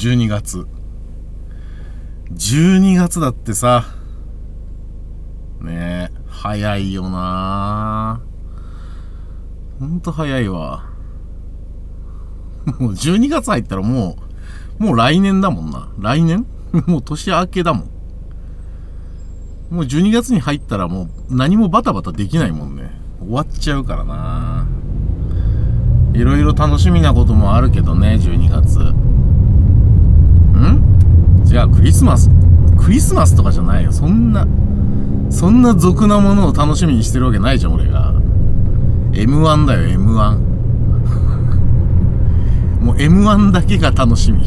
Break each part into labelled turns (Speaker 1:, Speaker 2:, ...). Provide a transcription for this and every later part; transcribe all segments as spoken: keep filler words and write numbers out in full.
Speaker 1: じゅうにがつ。じゅうにがつだってさ。ねえ、早いよなぁ。ほんと早いわ。もうじゅうにがつ入ったらもう、もう来年だもんな。来年もう年明けだもん。もうじゅうにがつに入ったらもう何もバタバタできないもんね。終わっちゃうからな。いろいろ楽しみなこともあるけどね、じゅうにがつ。ん？じゃあクリスマス。クリスマスとかじゃないよ。そんな、そんな俗なものを楽しみにしてるわけないじゃん、俺が。エムワン だよ、エムワン。もう エムワン だけが楽しみ。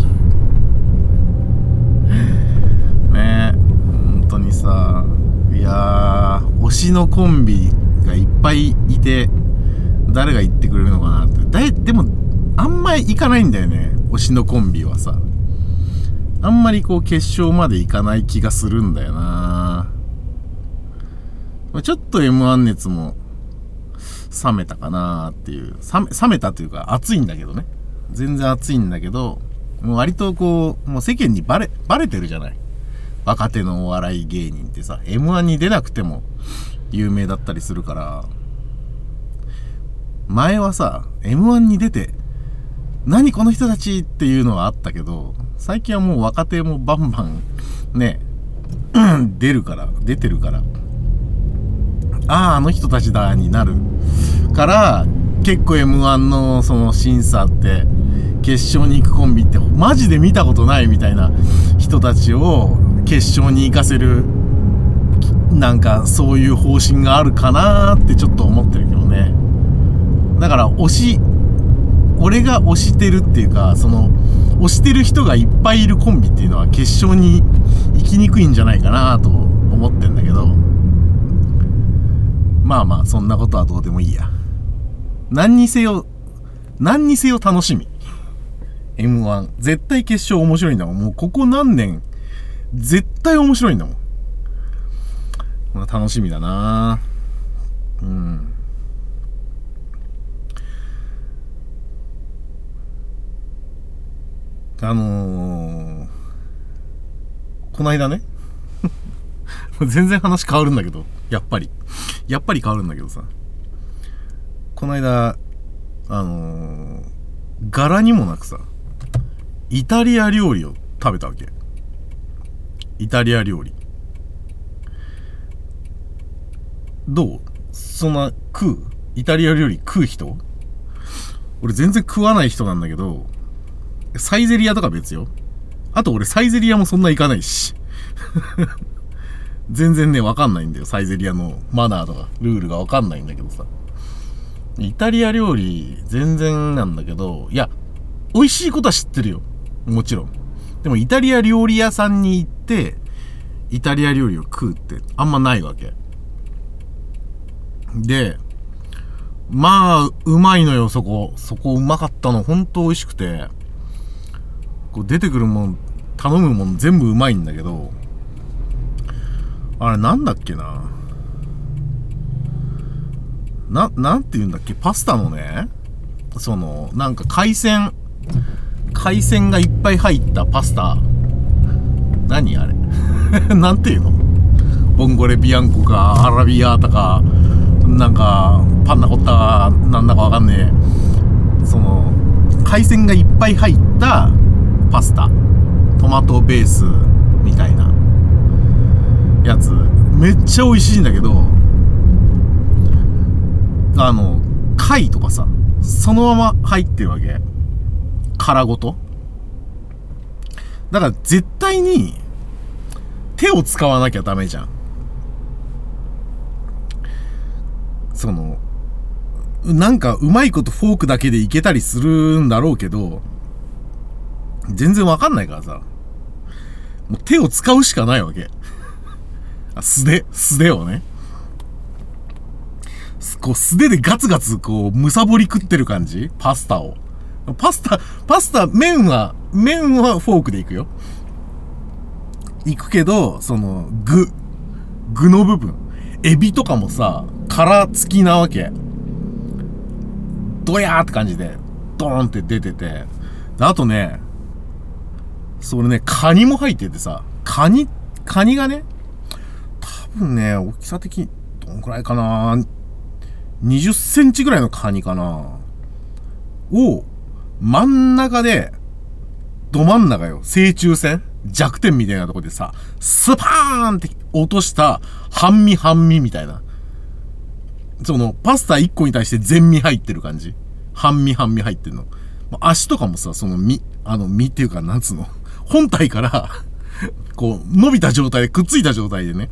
Speaker 1: ねえ、本当にさ、いやー、推しのコンビがいっぱいいて、誰が言ってくれるのかなって。だい、でも、あんまり行かないんだよね、推しのコンビはさ。あんまりこう、決勝まで行かない気がするんだよな。ちょっと エムワン 熱も、冷めたかなっていう。冷め、冷めたというか、熱いんだけどね。全然熱いんだけど、もう割とこう、もう世間にバレ、バレてるじゃない。若手のお笑い芸人ってさ、エムワン に出なくても有名だったりするから、前はさ、エムワン に出て、何この人たちっていうのはあったけど、最近はもう若手もバンバン、ね、出るから、出てるから、ああ、あの人たちだになるから、結構 エムワン のその審査って、決勝に行くコンビってマジで見たことないみたいな人たちを決勝に行かせる、なんかそういう方針があるかなーってちょっと思ってるけどね。だから推し、俺が推してるっていうか、その推してる人がいっぱいいるコンビっていうのは決勝に行きにくいんじゃないかなと思ってんだけど、まあまあそんなことはどうでもいいや。何にせよ何にせよ楽しみ。エムワン 絶対決勝面白いんだもん。もうここ何年絶対面白いんだもん。まあ、楽しみだな。うん。あのー、こないだね全然話変わるんだけど、やっぱりやっぱり変わるんだけどさ、こないだあのー、柄にもなくさ、イタリア料理を食べたわけ。イタリア料理どう？そんな食う？イタリア料理食う人？俺全然食わない人なんだけど、サイゼリヤとか別よ。あと俺サイゼリヤもそんな行かないし全然ね、わかんないんだよ。サイゼリヤのマナーとかルールがわかんないんだけどさ、イタリア料理全然なんだけど、いや美味しいことは知ってるよ、もちろん。でもイタリア料理屋さんに行ってイタリア料理を食うってあんまないわけで、まあうまいのよ。そこそこうまかったの。本当美味しくて、こう出てくるもん、頼むもん全部うまいんだけど、あれなんだっけな、な、なんて言うんだっけ、パスタのね、そのなんか海鮮海鮮がいっぱい入ったパスタ、何あれなんていうの、ボンゴレビアンコかアラビアータかなんかパンナコッタかなんだかわかんねえ、その海鮮がいっぱい入ったパスタ、トマトベースみたいなやつ、めっちゃ美味しいんだけど、あの貝とかさ、そのまま入ってるわけ、殻ごと。だから絶対に手を使わなきゃダメじゃん。そのなんかうまいことフォークだけでいけたりするんだろうけど、全然わかんないからさ、もう手を使うしかないわけ素手素手をね、こう素手でガツガツこうむさぼり食ってる感じ。パスタをパスタパスタ麺は麺はフォークでいくよ、いくけど、その具具の部分、エビとかもさ殻付きなわけ。ドヤーって感じでドーンって出てて、あとね、 それね、カニも入っててさ、カニ、カニがね、多分ね、大きさ的に、どんくらいかな、にじゅっセンチぐらいのカニかなを、真ん中で、ど真ん中よ、正中線弱点みたいなとこでさ、スパーンって落とした半身半身みたいな。その、パスタいっこに対して全身入ってる感じ。半身半身入ってるの。足とかもさ、その身、あの身っていうか、なんつうの。本体から、こう、伸びた状態で、くっついた状態でね。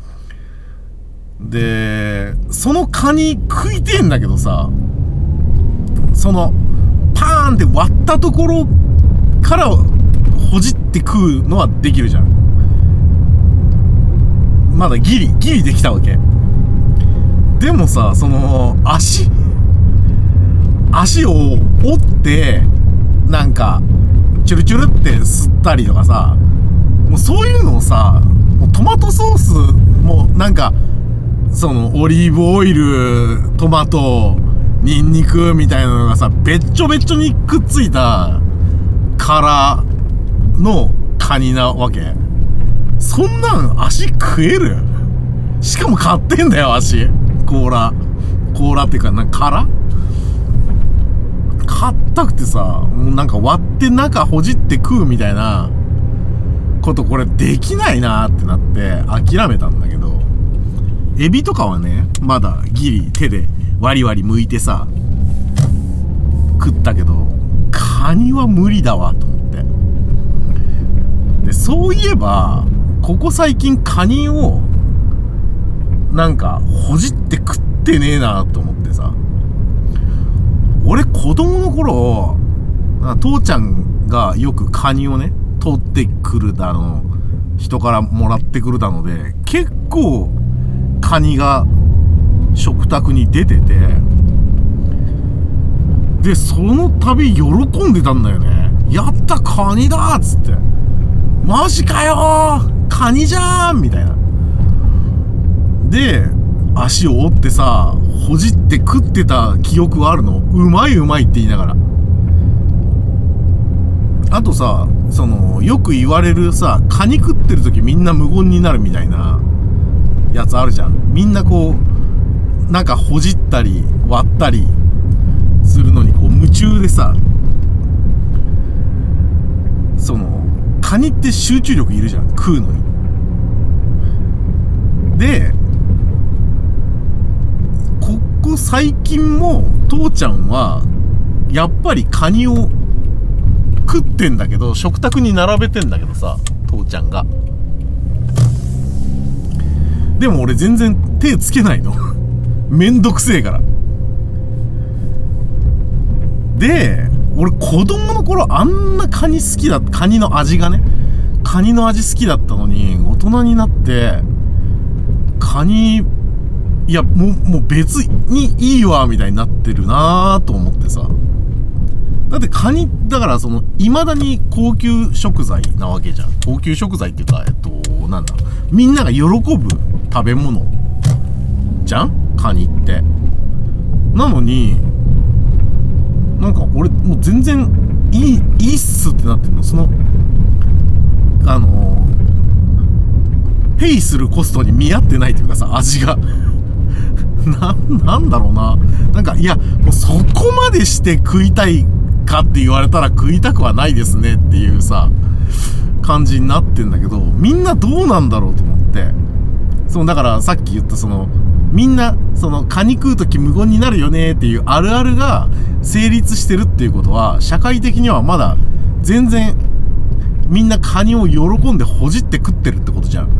Speaker 1: で、そのカニ食いてえんだけどさ、その、パーンって割ったところからほじって食うのはできるじゃん。まだギリ、ギリできたわけ。でもさ、その、足、足を折って、なんか、チュルチュルって吸ったりとかさ、もうそういうのをさ、もうトマトソース、もうなんか、その、オリーブオイル、トマト、ニンニクみたいなのがさ、べっちょべっちょにくっついた殻のカニなわけ。そんなん足食える？しかも買ってんだよ、足。甲羅。甲羅っていうか、なんか殻？買ったくてさ、もうなんか割って中ほじって食うみたいなことこれできないなーってなって諦めたんだけど、エビとかはね、まだギリ手でワリワリ剥いてさ、食ったけど、カニは無理だわと思って。で、そういえば、ここ最近カニを、なんか、ほじって食ってねえなと思ってさ。俺子供の頃、父ちゃんがよくカニをね、取ってくるだの、人からもらってくるだので、結構、カニが食卓に出てて、で、その度喜んでたんだよね。やったカニだーっつって。マジかよーカニじゃーんみたいな。で、足を折ってさ、ほじって食ってた記憶はあるの。うまいうまいって言いながら。あとさ、その、よく言われるさ、カニ食ってる時みんな無言になるみたいなやつあるじゃん。みんなこう、なんかほじったり割ったりするのにこう夢中でさ、その、カニって集中力いるじゃん、食うのに。で、ここ最近も父ちゃんはやっぱりカニを食ってんだけど、食卓に並べてんだけどさ、父ちゃんが。でも俺全然手つけないの。めんどくせえから。で、俺子供の頃あんなカニ好きだった、カニの味がね、カニの味好きだったのに、大人になって、カニ、いや、もう、もう別にいいわ、みたいになってるなぁと思ってさ。だってカニ、だからその、未だに高級食材なわけじゃん。高級食材っていうか、えっと、なんだ。みんなが喜ぶ食べ物じゃんカニって。なのに、なんか俺、もう全然いい、いいっすってなってんの。その、あのー、ペイするコストに見合ってないというかさ、味が。な、なんだろうな。なんか、いや、もうそこまでして食いたいかって言われたら食いたくはないですねっていうさ、感じになってんだけど、みんなどうなんだろうと思って。その、だからさっき言ったその、みんな、その、カニ食うとき無言になるよねっていうあるあるが成立してるっていうことは、社会的にはまだ全然、みんなカニを喜んでほじって食ってるってことじゃん。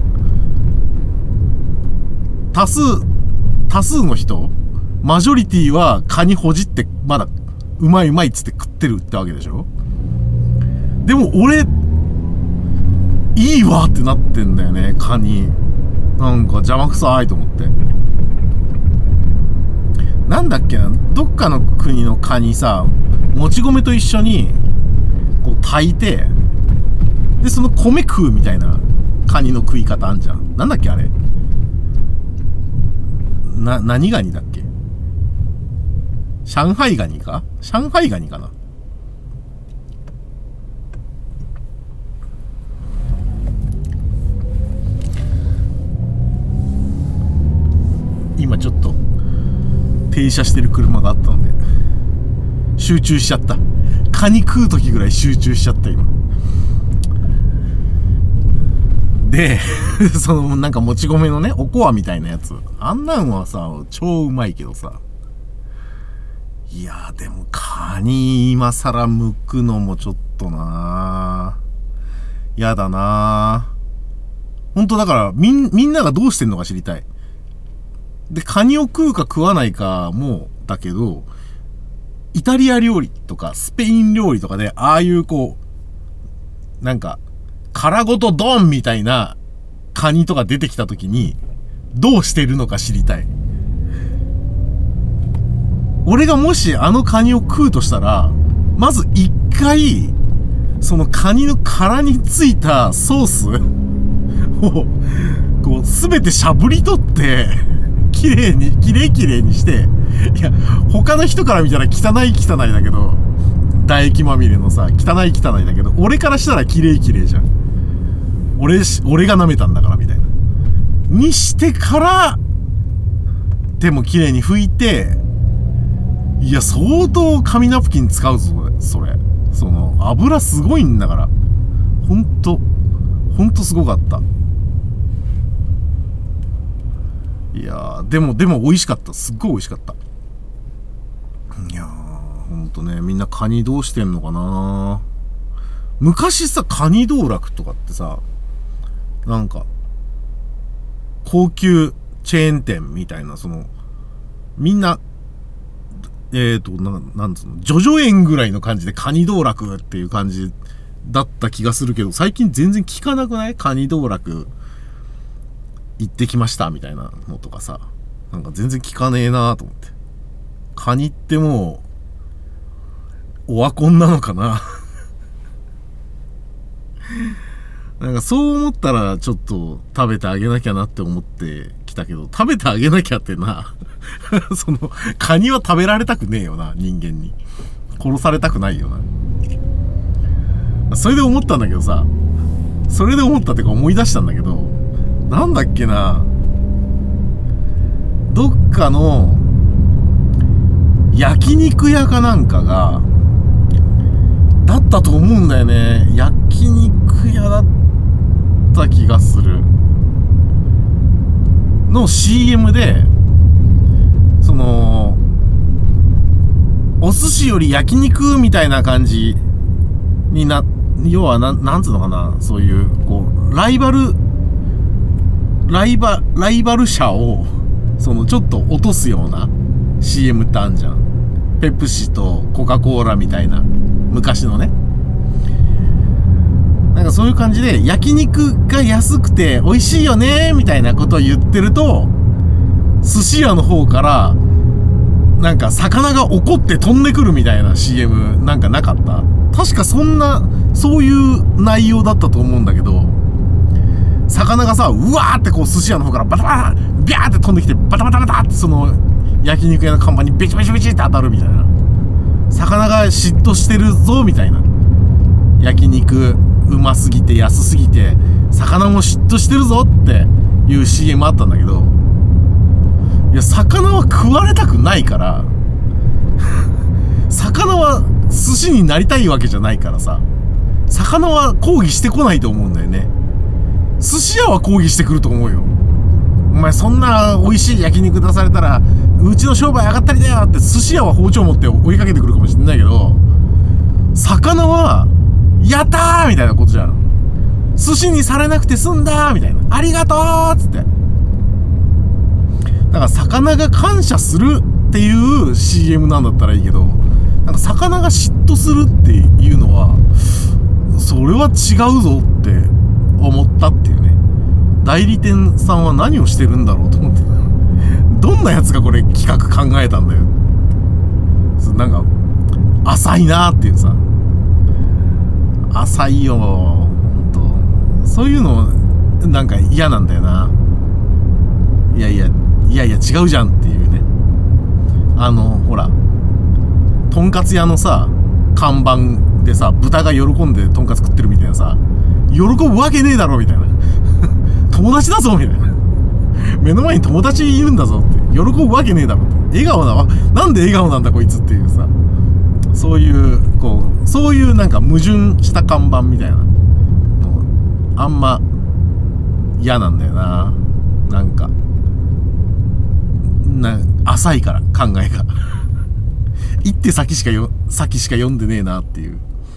Speaker 1: 多数、多数の人、マジョリティはカニほじってまだうまいうまいっつって食ってるってわけでしょ。でも俺いいわってなってんだよね、カニ。なんか邪魔くさいと思って。なんだっけな、どっかの国のカニさ、もち米と一緒にこう炊いて、でその米食うみたいなカニの食い方あんじゃん。なんだっけあれ。な、何ガニだっけ？上海ガニか？上海ガニかな。 今ちょっと停車してる車があったので集中しちゃった。カニ食う時ぐらい集中しちゃった今でそのなんかもち米のねおこわみたいなやつ、あんなんはさ超うまいけどさ、いやでもカニ今更剥くのもちょっとなぁ、やだなぁ。ほんとだからみんみんながどうしてんのか知りたい。でカニを食うか食わないかもだけど、イタリア料理とかスペイン料理とかでああいうこうなんか殻ごとドンみたいなカニとか出てきた時にどうしてるのか知りたい。俺がもしあのカニを食うとしたら、まず一回そのカニの殻についたソースをこう全てしゃぶり取って綺麗に綺麗綺麗にして、いや他の人から見たら汚い汚いだけど、唾液まみれのさ汚い汚いだけど、俺からしたら綺麗綺麗じゃん。俺俺が舐めたんだからみたいなにしてからでも綺麗に拭いて、いや相当紙ナプキン使うぞそれ。その油すごいんだから、ほんとほんとすごかった。いやーでもでも美味しかった。すっごい美味しかった。いやーほんとね、みんなカニどうしてんのかな。昔さカニ道楽とかってさ、なんか高級チェーン店みたいな、そのみんなえーとななんつうの、ジョジョ園ぐらいの感じでカニ道楽っていう感じだった気がするけど、最近全然聞かなくない？カニ道楽行ってきましたみたいなのとかさ、なんか全然聞かねえなと思って。カニってもうオワコンなのかななんかそう思ったらちょっと食べてあげなきゃなって思ってきたけど、食べてあげなきゃってなそのカニは食べられたくねえよな、人間に殺されたくないよな。それで思ったんだけどさ、それで思ったってか思い出したんだけど、なんだっけな、どっかの焼肉屋かなんかがだったと思うんだよね。焼肉屋だった気がするの シーエム で、そのお寿司より焼肉みたいな感じにな、要はな、なんつうのかな、そういうこうライバルライバライバル社をそのちょっと落とすような シーエム ってあんじゃん。ペプシとコカ・コーラみたいな昔のね、なんかそういう感じで焼肉が安くて美味しいよねみたいなことを言ってると、寿司屋の方からなんか魚が怒って飛んでくるみたいな シーエム なんかなかった？確かそんなそういう内容だったと思うんだけど、魚がさうわーってこう寿司屋の方からバタバタビャーって飛んできて、バタバタバタってその焼肉屋の看板にベチベチベチって当たるみたいな、魚が嫉妬してるぞみたいな、焼肉うますぎて安すぎて魚も嫉妬してるぞっていう シーエム あったんだけど、いや魚は食われたくないから魚は寿司になりたいわけじゃないからさ、魚は抗議してこないと思うんだよね。寿司屋は抗議してくると思うよ。お前そんな美味しい焼肉出されたらうちの商売上がったりだよって寿司屋は包丁持って追いかけてくるかもしれないけど、魚はやったーみたいなことじゃん。寿司にされなくて済んだーみたいな、ありがとーっつって。だから魚が感謝するっていう シーエム なんだったらいいけど、なんか魚が嫉妬するっていうのはそれは違うぞって思ったっていうね。代理店さんは何をしてるんだろうと思って、どんなやつがこれ企画考えたんだよ。なんか浅いなーっていうさ、浅いよほんと。そういうのなんか嫌なんだよな。いやいやいやいや違うじゃんっていうね。あのほらとんかつ屋のさ看板でさ、豚が喜んでとんかつ食ってるみたいなさ、喜ぶわけねえだろみたいな友達だぞみたいな、目の前に友達いるんだぞって喜ぶわけねえだろって。笑顔だわ。なんで笑顔なんだこいつっていうさ、そういうこうそういうなんか矛盾した看板みたいなのあんま嫌なんだよな。なんかな浅いから考えが一手先しかよ先しか読んでねえなっていう、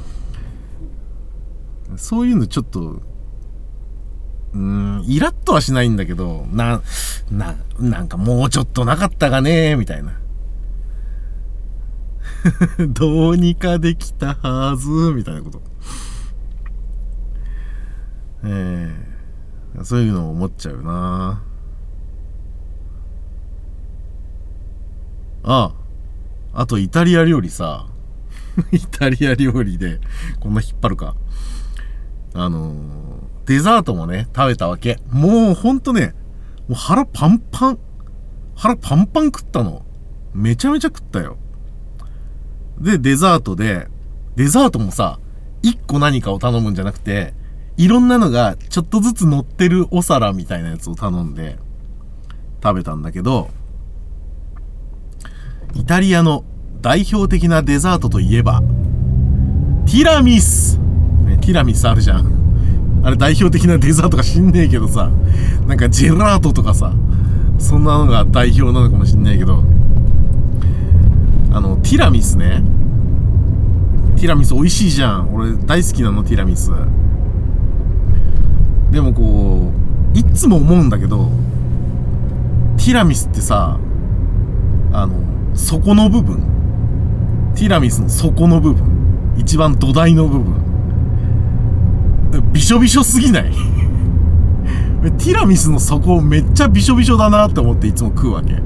Speaker 1: そういうのちょっとうーんイラッとはしないんだけど、なななんかもうちょっとなかったかねみたいなどうにかできたはずみたいなこと、えー、そういうのを思っちゃうな。ああ、あとイタリア料理さイタリア料理でこんな引っ張るか、あのー、デザートもね食べたわけ。もうほんとね、もう腹パンパン腹パンパン食ったの。めちゃめちゃ食ったよ。でデザートでデザートもさ、一個何かを頼むんじゃなくて、いろんなのがちょっとずつ乗ってるお皿みたいなやつを頼んで食べたんだけど、イタリアの代表的なデザートといえばティラミス、ね、ティラミスあるじゃん。あれ代表的なデザートか知んねえけどさ、なんかジェラートとかさ、そんなのが代表なのかもしんないけど、あのティラミスね、ティラミス美味しいじゃん。俺大好きなのティラミス。でもこういっつも思うんだけど、ティラミスってさ、あの底の部分、ティラミスの底の部分、一番土台の部分、びしょびしょすぎないティラミスの底めっちゃびしょびしょだなって思っていつも食うわけ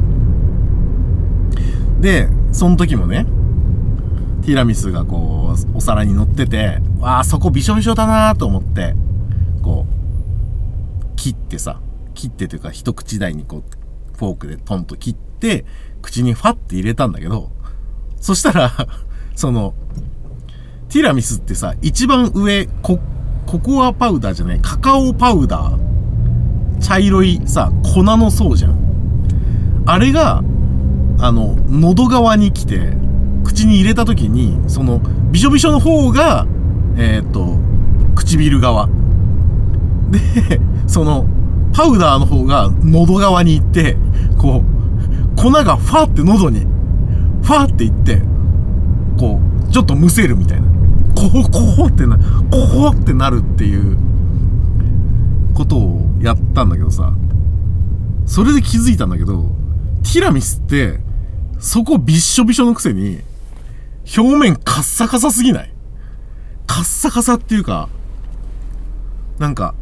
Speaker 1: で、その時もね、ティラミスがこうお皿に乗ってて、わあそこびしょびしょだなと思って、こう切ってさ、切ってというか一口大にこうフォークでトンと切って口にファッて入れたんだけど、そしたらそのティラミスってさ、一番上コココアパウダーじゃない、カカオパウダー、茶色いさ粉の層じゃん。あれがあの喉側に来て口に入れた時に、そのびしょびしょの方がえっと唇側で、そのパウダーの方が喉側に行って、こう粉がファーって喉にファーっていって、こうちょっとむせるみたいな、こうこうってなこうってなるっていうことをやったんだけどさ、それで気づいたんだけど、ティラミスってそこびっしょびしょのくせに表面カッサカサすぎない？カッサカサっていうか、なんか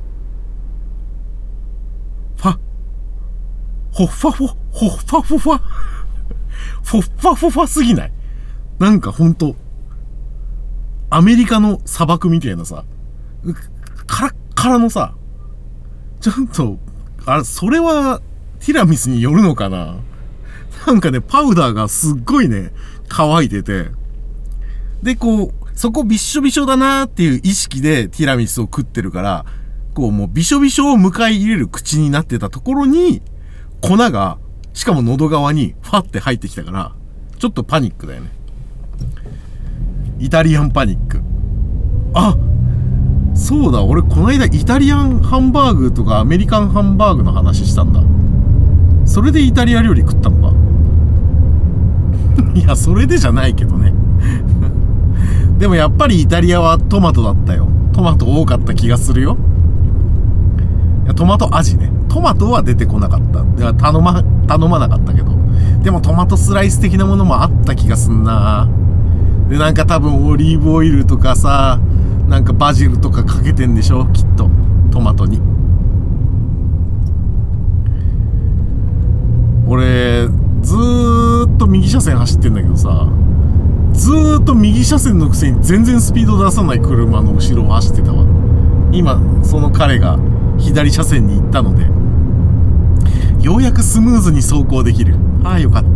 Speaker 1: ファホッファフォホッファフォファフォッファフォファすぎない？なんかほんとアメリカの砂漠みたいなさ、カラッカラのさ、ちょっとあれ、それはティラミスによるのかな。なんかね、パウダーがすっごいね乾いてて、でこうそこびっしょびしょだなーっていう意識でティラミスを食ってるから、こうもうびしょびしょを迎え入れる口になってたところに粉が、しかも喉側にファって入ってきたから、ちょっとパニックだよね。イタリアンパニック。あ、そうだ、俺この間イタリアンハンバーグとかアメリカンハンバーグの話したんだ。それでイタリア料理食ったのかいや、それでじゃないけどねでもやっぱりイタリアはトマトだったよ。トマト多かった気がするよ。いや、トマト味ね。トマトは出てこなかった。では頼ま頼まなかったけど、でもトマトスライス的なものもあった気がすんな。でなんか多分オリーブオイルとかさ、なんかバジルとかかけてんでしょ、きっとトマトに。俺ずーっと右車線走ってんだけどさ、ずーっと右車線のくせに全然スピード出さない車の後ろを走ってたわ。今その彼が左車線に行ったので、ようやくスムーズに走行できる。ああ、よかった。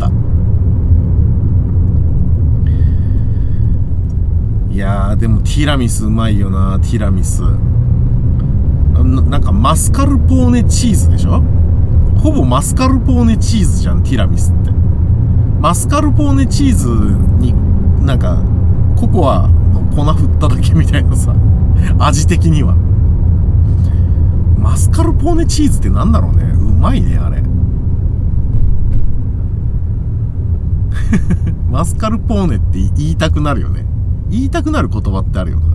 Speaker 1: いやー、でもティラミスうまいよな。ティラミス な, なんかマスカルポーネチーズでしょ。 ほぼマスカルポーネチーズじゃん、ティラミスって。マスカルポーネチーズになんかココアの粉振っただけみたいなさ、味的には。マスカルポーネチーズってなんだろうね。うまいね、あれ。マスカルポーネって言いたくなるよね。言いたくなる言葉ってあるよ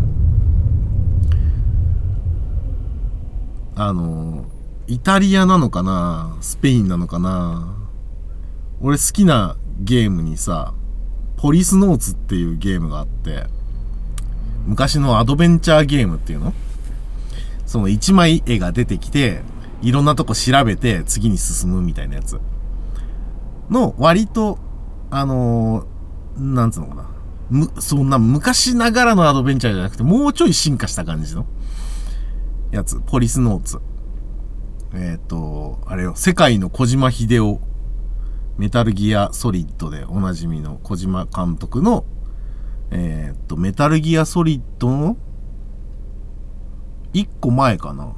Speaker 1: な。あのイタリアなのかな、スペインなのかな。俺好きなゲームにさ、ポリスノーツっていうゲームがあって、昔のアドベンチャーゲームっていうの、その一枚絵が出てきて、いろんなとこ調べて次に進むみたいなやつの、割とあのー、なんつうのかな、むそんな昔ながらのアドベンチャーじゃなくて、もうちょい進化した感じのやつ、ポリスノーツ。えっとあれよ、世界の小島秀夫、メタルギアソリッドでおなじみの小島監督の、えっとメタルギアソリッドの一個前かな。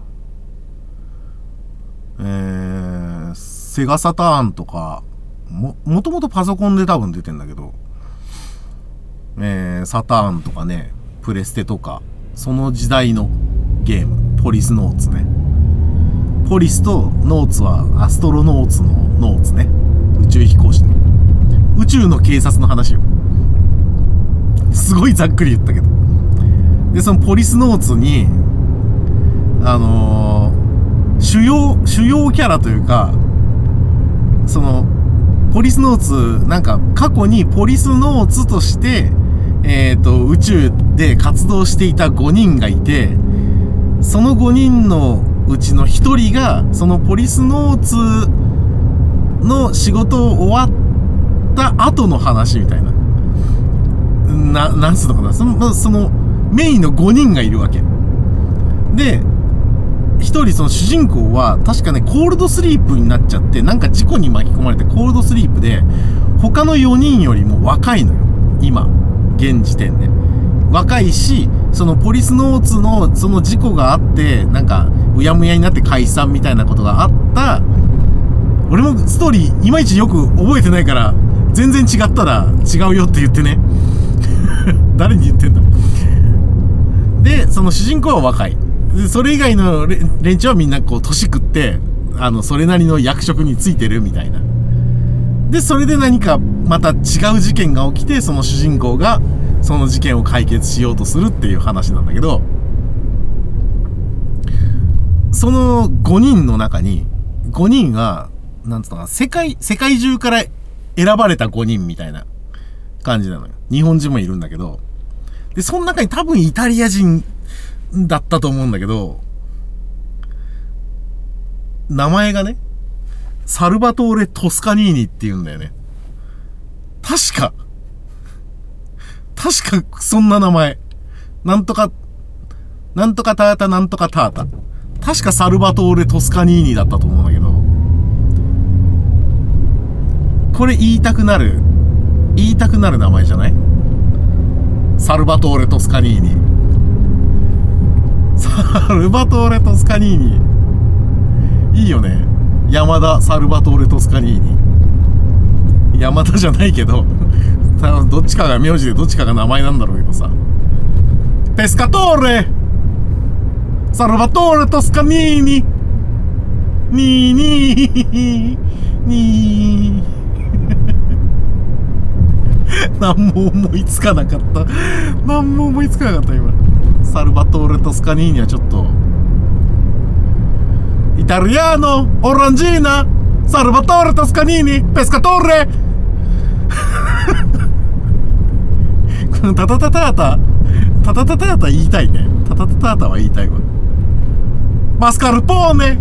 Speaker 1: えー、セガサターンとか、も、もともとパソコンで多分出てんだけど、えー、サターンとかね、プレステとか、その時代のゲーム、ポリスノーツね。ポリスとノーツはアストロノーツのノーツね。宇宙飛行士の。宇宙の警察の話よ。すごいざっくり言ったけど。で、そのポリスノーツに、あのー、主要、主要キャラというか、その、ポリスノーツ、なんか過去にポリスノーツとして、えっと、宇宙で活動していたごにんがいて、そのごにんのうちのひとりが、そのポリスノーツの仕事を終わった後の話みたいな。な、なんつうのかな。その、そのメインのごにんがいるわけ。で、一人その主人公は確かね、コールドスリープになっちゃって、なんか事故に巻き込まれてコールドスリープで、他のよにんよりも若いのよ。今、現時点で。若いし、そのポリスノーツのその事故があって、なんか、うやむやになって解散みたいなことがあった。俺もストーリー、いまいちよく覚えてないから、全然違ったら違うよって言ってね。誰に言ってんだ。で、その主人公は若い。でそれ以外の連中はみんなこう年食って、あのそれなりの役職についてるみたいな。でそれで何かまた違う事件が起きて、その主人公がその事件を解決しようとするっていう話なんだけど、そのごにんの中にごにんがなんつうのかな、世界世界中から選ばれたごにんみたいな感じなのよ。日本人もいるんだけど、でその中に多分イタリア人だったと思うんだけど、名前がね、サルバトーレ・トスカニーニって言うんだよね。確か、確かそんな名前。なんとか、なんとかタータ、なんとかタータ。確かサルバトーレ・トスカニーニだったと思うんだけど、これ言いたくなる、言いたくなる名前じゃない？サルバトーレ・トスカニーニ。サルバトーレ・トスカニーニ。いいよね。山田サルバトーレ・トスカニーニ。山田じゃないけど、多分どっちかが名字でどっちかが名前なんだろうけどさ。ペスカトーレサルバトーレ・トスカニーニ。ニーニーニー。何も思いつかなかった。何も思いつかなかった今。サルバトーレ・トスカニーニはちょっと、イタリアーノオランジーナサルバトーレ・トスカニーニペスカトーレタタタタータタタタタータ言いたいね。タタタタータは言いたいわ。マスカルポーネ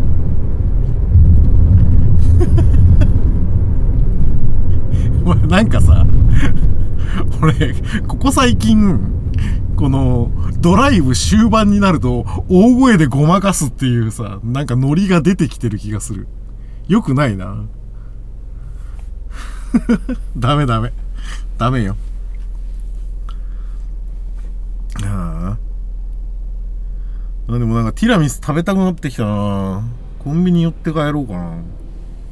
Speaker 1: なんかさ、俺ここ最近このドライブ終盤になると大声でごまかすっていうさ、なんかノリが出てきてる気がする。よくないな。ダメダメダメよ。ああ、でもなんかティラミス食べたくなってきたな。コンビニ寄って帰ろうかな。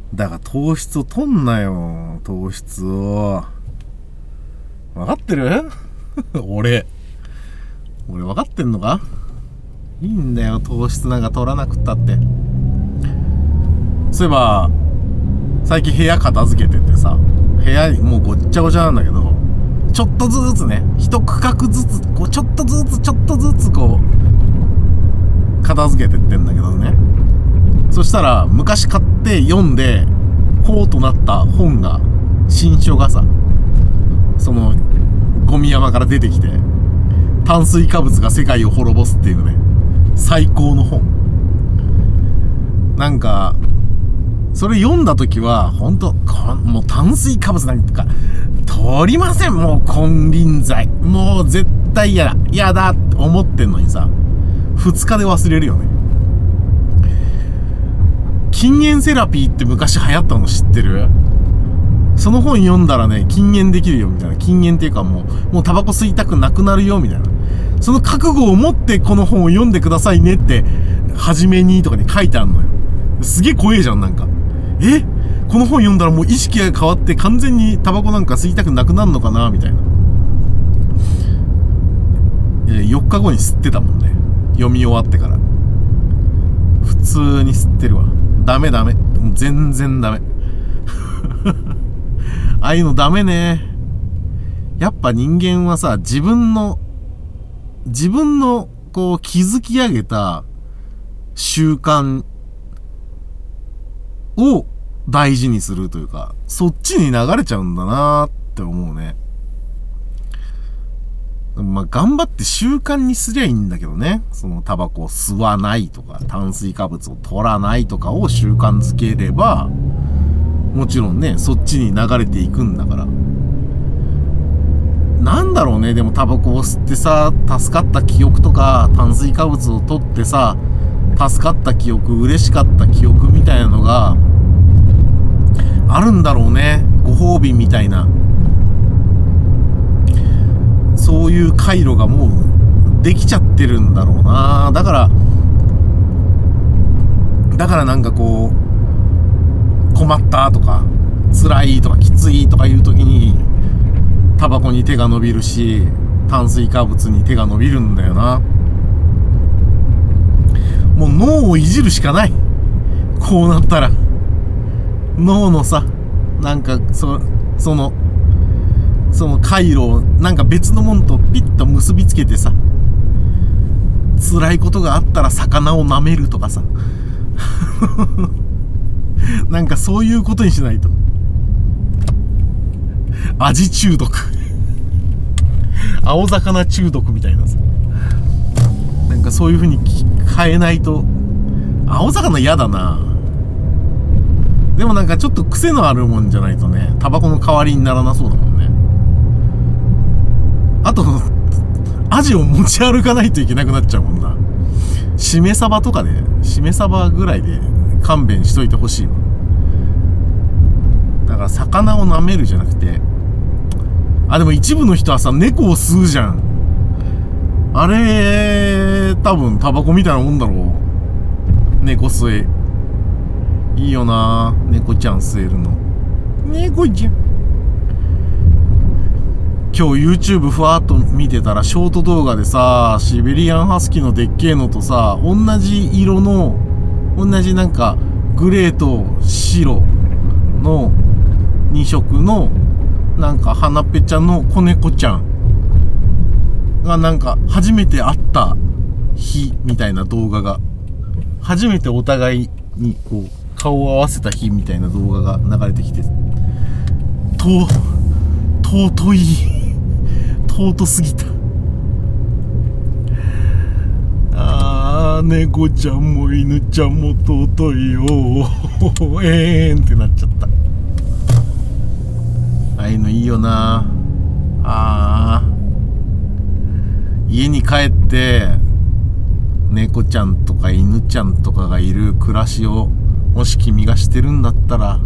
Speaker 1: だから糖質を取んなよ、糖質を。分かってる俺俺分かってんのか。いいんだよ、糖質なんか取らなくったって。そういえば最近部屋片付けててさ、部屋もうごっちゃごちゃなんだけど、ちょっとずつね、一区画ずつこうちょっとずつちょっとずつこう片付けてってんだけどね。そしたら昔買って読んでこうとなった本が、新書がさ、そのゴミ山から出てきて、炭水化物が世界を滅ぼすっていうね、最高の本。なんかそれ読んだ時は本当もう炭水化物なんか取りません、もう金輪際もう絶対嫌だ嫌だって思ってんのにさ、ふつかで忘れるよね。禁煙セラピーって昔流行ったの知ってる？その本読んだらね、禁煙できるよみたいな。禁煙っていうかもうもうタバコ吸いたくなくなるよみたいな。その覚悟を持ってこの本を読んでくださいねって初めにとかに書いてあるのよ。すげえ怖えじゃん。なんかえこの本読んだらもう意識が変わって完全にタバコなんか吸いたくなくなるのかなみたいな。えよっかごに吸ってたもんね、読み終わってから。普通に吸ってるわ。ダメダメ、もう全然ダメああいうのダメね。やっぱ人間はさ、自分の自分のこう築き上げた習慣を大事にするというか、そっちに流れちゃうんだなーって思うね。まあ頑張って習慣にすりゃいいんだけどね。そのタバコを吸わないとか炭水化物を取らないとかを習慣づければ、もちろんねそっちに流れていくんだから。なんだろうね、でもタバコを吸ってさ助かった記憶とか、炭水化物を取ってさ助かった記憶、嬉しかった記憶みたいなのがあるんだろうね。ご褒美みたいな、そういう回路がもうできちゃってるんだろうな。だからだからなんかこう困ったとか辛いとかきついとかいう時にタバコに手が伸びるし、炭水化物に手が伸びるんだよな。もう脳をいじるしかない。こうなったら脳のさ、なんかそそのその回路をなんか別のもんとピッと結びつけてさ、辛いことがあったら魚を舐めるとかさなんかそういうことにしないと。味中毒青魚中毒みたいなさ、なんかそういう風に変えないと。青魚嫌だな。でもなんかちょっと癖のあるもんじゃないとね、タバコの代わりにならなそうだもんね。あとアジを持ち歩かないといけなくなっちゃうもんな。しめ鯖とかで、しめ鯖ぐらいで勘弁しといてほしいわ。だから魚を舐めるじゃなくて、あ、でも一部の人はさ猫を吸うじゃん。あれ多分タバコみたいなもんだろう。猫吸えいいよな、猫ちゃん吸えるの。猫ちゃん。今日 YouTube ふわっと見てたらショート動画でさ、シベリアンハスキーのでっけえのとさ、同じ色の同じなんかグレーと白のに色のなんか花ぺちゃの子猫ちゃんがなんか初めて会った日みたいな動画が、初めてお互いにこう顔を合わせた日みたいな動画が流れてきて、と尊い尊すぎた。あー、猫ちゃんも犬ちゃんも尊いよえーんってなっちゃった。ああいうのいいよな。あー、家に帰って猫ちゃんとか犬ちゃんとかがいる暮らしをもし君がしてるんだったら、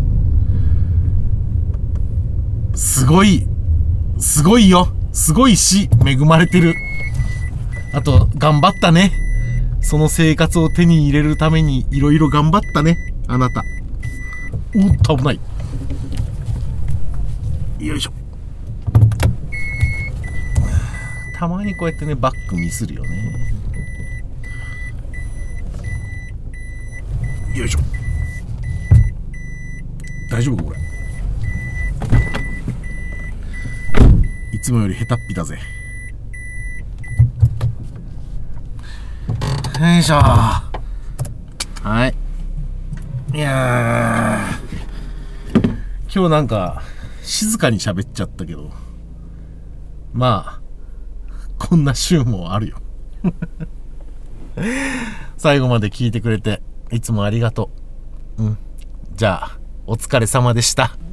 Speaker 1: すごいすごいよ。すごいし恵まれてる。あと頑張ったね。その生活を手に入れるためにいろいろ頑張ったね、あなた。 おっと危ない。よいしょ。たまにこうやってねバックミスるよね。よいしょ。大丈夫かこれ。いつもより下手っぴだぜ。よいしょ。はい。いやー、今日なんか静かに喋っちゃったけど、まあこんな週もあるよ。最後まで聞いてくれていつもありがとう。うん。じゃあお疲れ様でした。